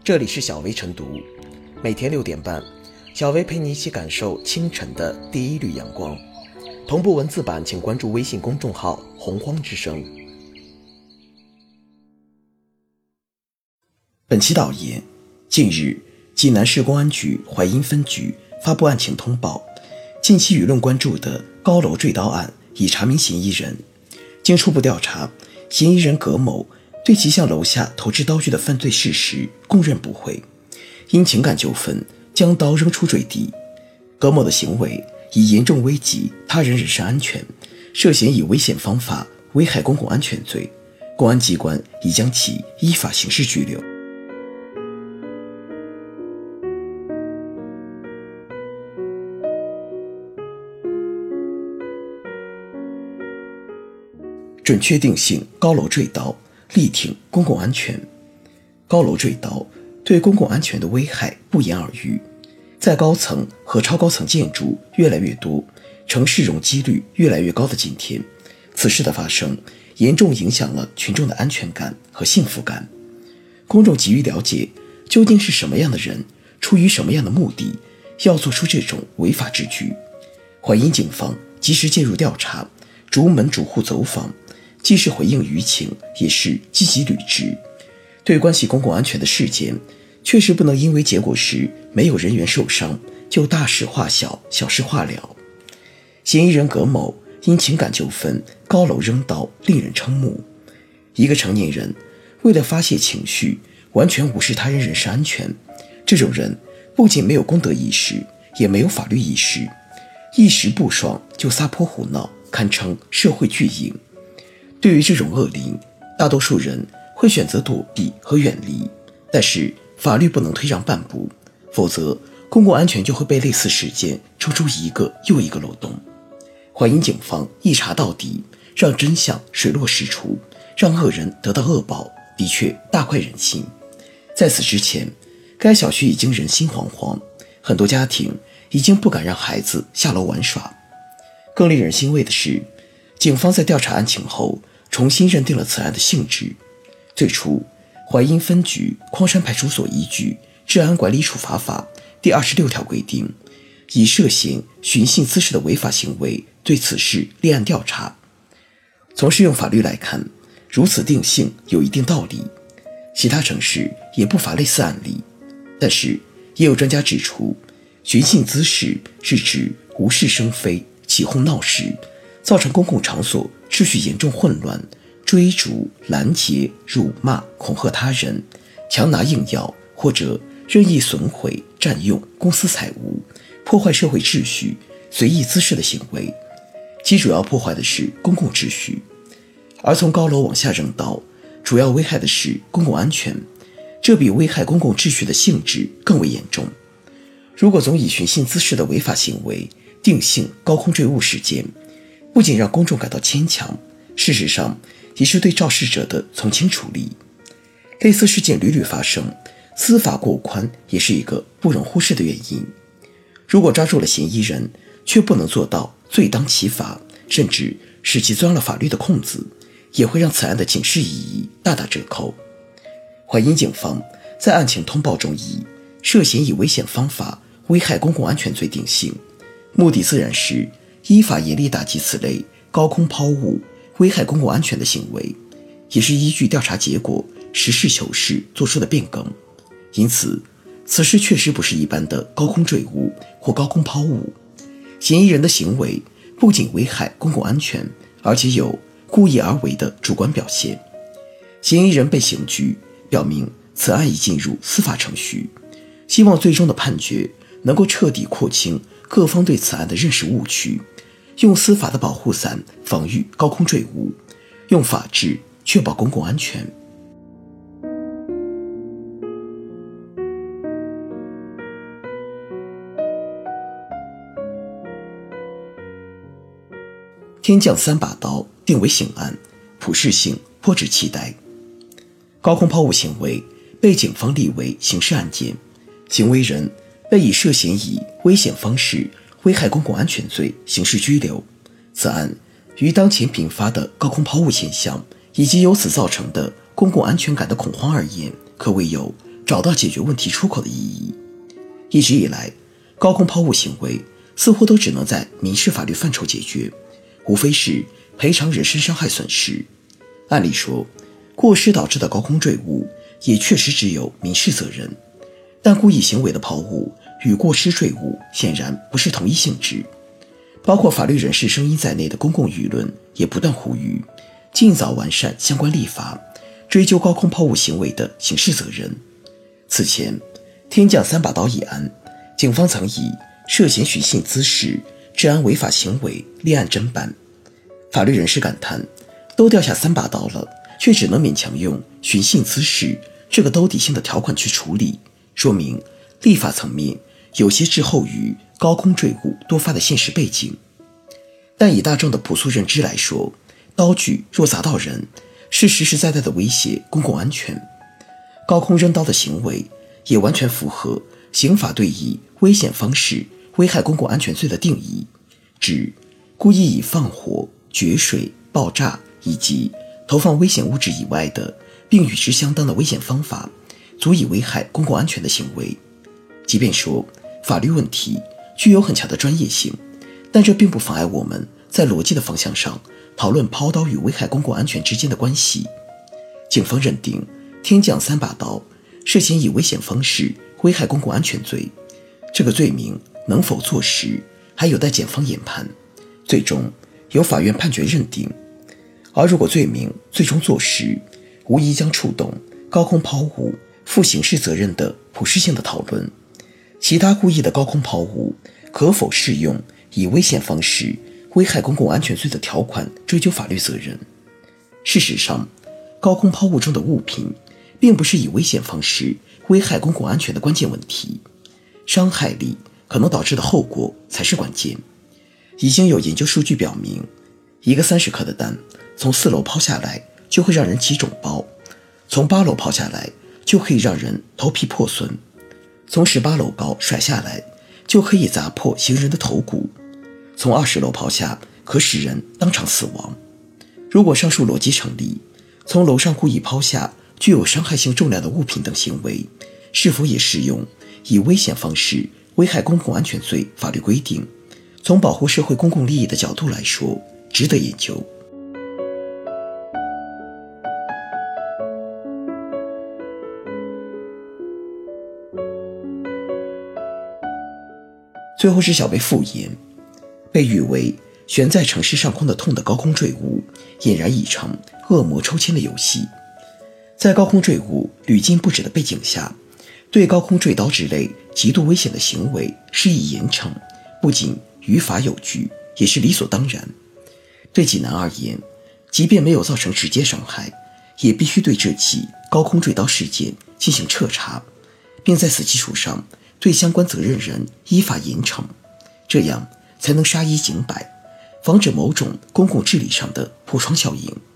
这里是小薇晨读，每天6点半，小薇陪你一起感受清晨的第一缕阳光。同步文字版请关注微信公众号洪荒之声。本期导言：近日，济南市公安局淮阴分局发布案情通报，近期舆论关注的高楼坠刀案已查明嫌疑人。经初步调查，嫌疑人葛某对其向楼下投掷刀具的犯罪事实供认不讳，因情感纠纷将刀扔出坠地。葛某的行为已严重危及他人人身安全，涉嫌以危险方法危害公共安全罪，公安机关已将其依法刑事拘留。准确定性高楼坠刀，力挺公共安全。高楼坠刀对公共安全的危害不言而喻，在高层和超高层建筑越来越多，城市容积率越来越高的今天，此事的发生严重影响了群众的安全感和幸福感。公众急于了解究竟是什么样的人，出于什么样的目的，要做出这种违法之举。淮阴警方及时介入调查，逐门逐户走访，既是回应舆情，也是积极履职。对关系公共安全的事件，确实不能因为结果时没有人员受伤，就大事化小，小事化了。嫌疑人葛某因情感纠纷高楼扔刀，令人瞠目。一个成年人为了发泄情绪，完全无视他人人身安全，这种人不仅没有公德意识，也没有法律意识，一时不爽就撒泼胡闹，堪称社会巨婴。对于这种恶灵，大多数人会选择躲避和远离，但是法律不能退让半步，否则公共安全就会被类似事件抽出一个又一个漏洞。淮阴警方一查到底，让真相水落石出，让恶人得到恶报，的确大快人心。在此之前，该小区已经人心惶惶，很多家庭已经不敢让孩子下楼玩耍。更令人欣慰的是，警方在调查案情后重新认定了此案的性质。最初，淮阴分局匡山派出所依据《治安管理处罚法》第26条规定，以涉嫌寻衅滋事的违法行为对此事立案调查。从适用法律来看，如此定性有一定道理，其他城市也不乏类似案例。但是也有专家指出，寻衅滋事是指无事生非、起哄闹事，造成公共场所秩序严重混乱，追逐、拦截、辱骂、恐吓他人，强拿硬要或者任意损毁、占用公私财物，破坏社会秩序、随意滋事的行为，其主要破坏的是公共秩序。而从高楼往下扔刀，主要危害的是公共安全，这比危害公共秩序的性质更为严重。如果总以寻衅滋事的违法行为定性高空坠物事件，不仅让公众感到牵强，事实上也是对肇事者的从轻处理。类似事件屡屡发生，司法过宽也是一个不容忽视的原因。如果抓住了嫌疑人，却不能做到罪当其法，甚至使其钻了法律的空子，也会让此案的警示意义大打折扣。淮阴警方在案情通报中以涉嫌以危险方法危害公共安全罪定性，目的自然是依法严厉打击此类高空抛物危害公共安全的行为，也是依据调查结果实事求是做出的变更。因此，此事确实不是一般的高空坠物或高空抛物，嫌疑人的行为不仅危害公共安全，而且有故意而为的主观表现。嫌疑人被刑拘，表明此案已进入司法程序，希望最终的判决能够彻底廓清各方对此案的认识误区，用司法的保护伞防御高空坠物，用法治确保公共安全。天降3把刀定为刑案，普适性颇值期待。高空抛物行为被警方立为刑事案件，行为人被以涉嫌以危险方式危害公共安全罪刑事拘留。此案与当前频发的高空抛物现象以及由此造成的公共安全感的恐慌而言，可谓有找到解决问题出口的意义。一直以来，高空抛物行为似乎都只能在民事法律范畴解决，无非是赔偿人身伤害损失。按理说，过失导致的高空坠物也确实只有民事责任，但故意行为的抛物与过失坠物显然不是同一性质。包括法律人士声音在内的公共舆论也不断呼吁尽早完善相关立法，追究高空抛物行为的刑事责任。此前，天降3把刀一案，警方曾以涉嫌寻衅滋事、治安违法行为立案侦办。法律人士感叹，都掉下3把刀了，却只能勉强用寻衅滋事这个兜底性的条款去处理，说明立法层面有些滞后于高空坠物多发的现实背景。但以大众的朴素认知来说，刀具若砸到人，是实实在在的威胁公共安全。高空扔刀的行为也完全符合刑法对以危险方式危害公共安全罪的定义，指故意以放火、决水、爆炸以及投放危险物质以外的并与之相当的危险方法，足以危害公共安全的行为。即便说法律问题具有很强的专业性，但这并不妨碍我们在逻辑的方向上讨论抛刀与危害公共安全之间的关系。警方认定天降3把刀涉嫌以危险方式危害公共安全罪，这个罪名能否坐实还有待检方研判，最终由法院判决认定。而如果罪名最终坐实，无疑将触动高空抛物负刑事责任的普适性的讨论。其他故意的高空抛物可否适用以危险方式危害公共安全罪的条款追究法律责任？事实上，高空抛物中的物品并不是以危险方式危害公共安全的关键问题，伤害力可能导致的后果才是关键。已经有研究数据表明，一个30克的蛋从4楼抛下来就会让人起肿包，从8楼抛下来就可以让人头皮破损，从18楼高甩下来就可以砸破行人的头骨，从20楼抛下可使人当场死亡。如果上述逻辑成立，从楼上故意抛下具有伤害性重量的物品等行为，是否也适用以危险方式危害公共安全罪法律规定？从保护社会公共利益的角度来说，值得研究。最后是小贝复言，被誉为悬在城市上空的痛的高空坠物，俨然一场恶魔抽签的游戏。在高空坠物屡禁不止的背景下，对高空坠刀之类极度危险的行为施以严惩，不仅于法有据，也是理所当然。对济南而言，即便没有造成直接伤害，也必须对这起高空坠刀事件进行彻查，并在此基础上对相关责任人依法严惩，这样才能杀一儆百，防止某种公共治理上的破窗效应。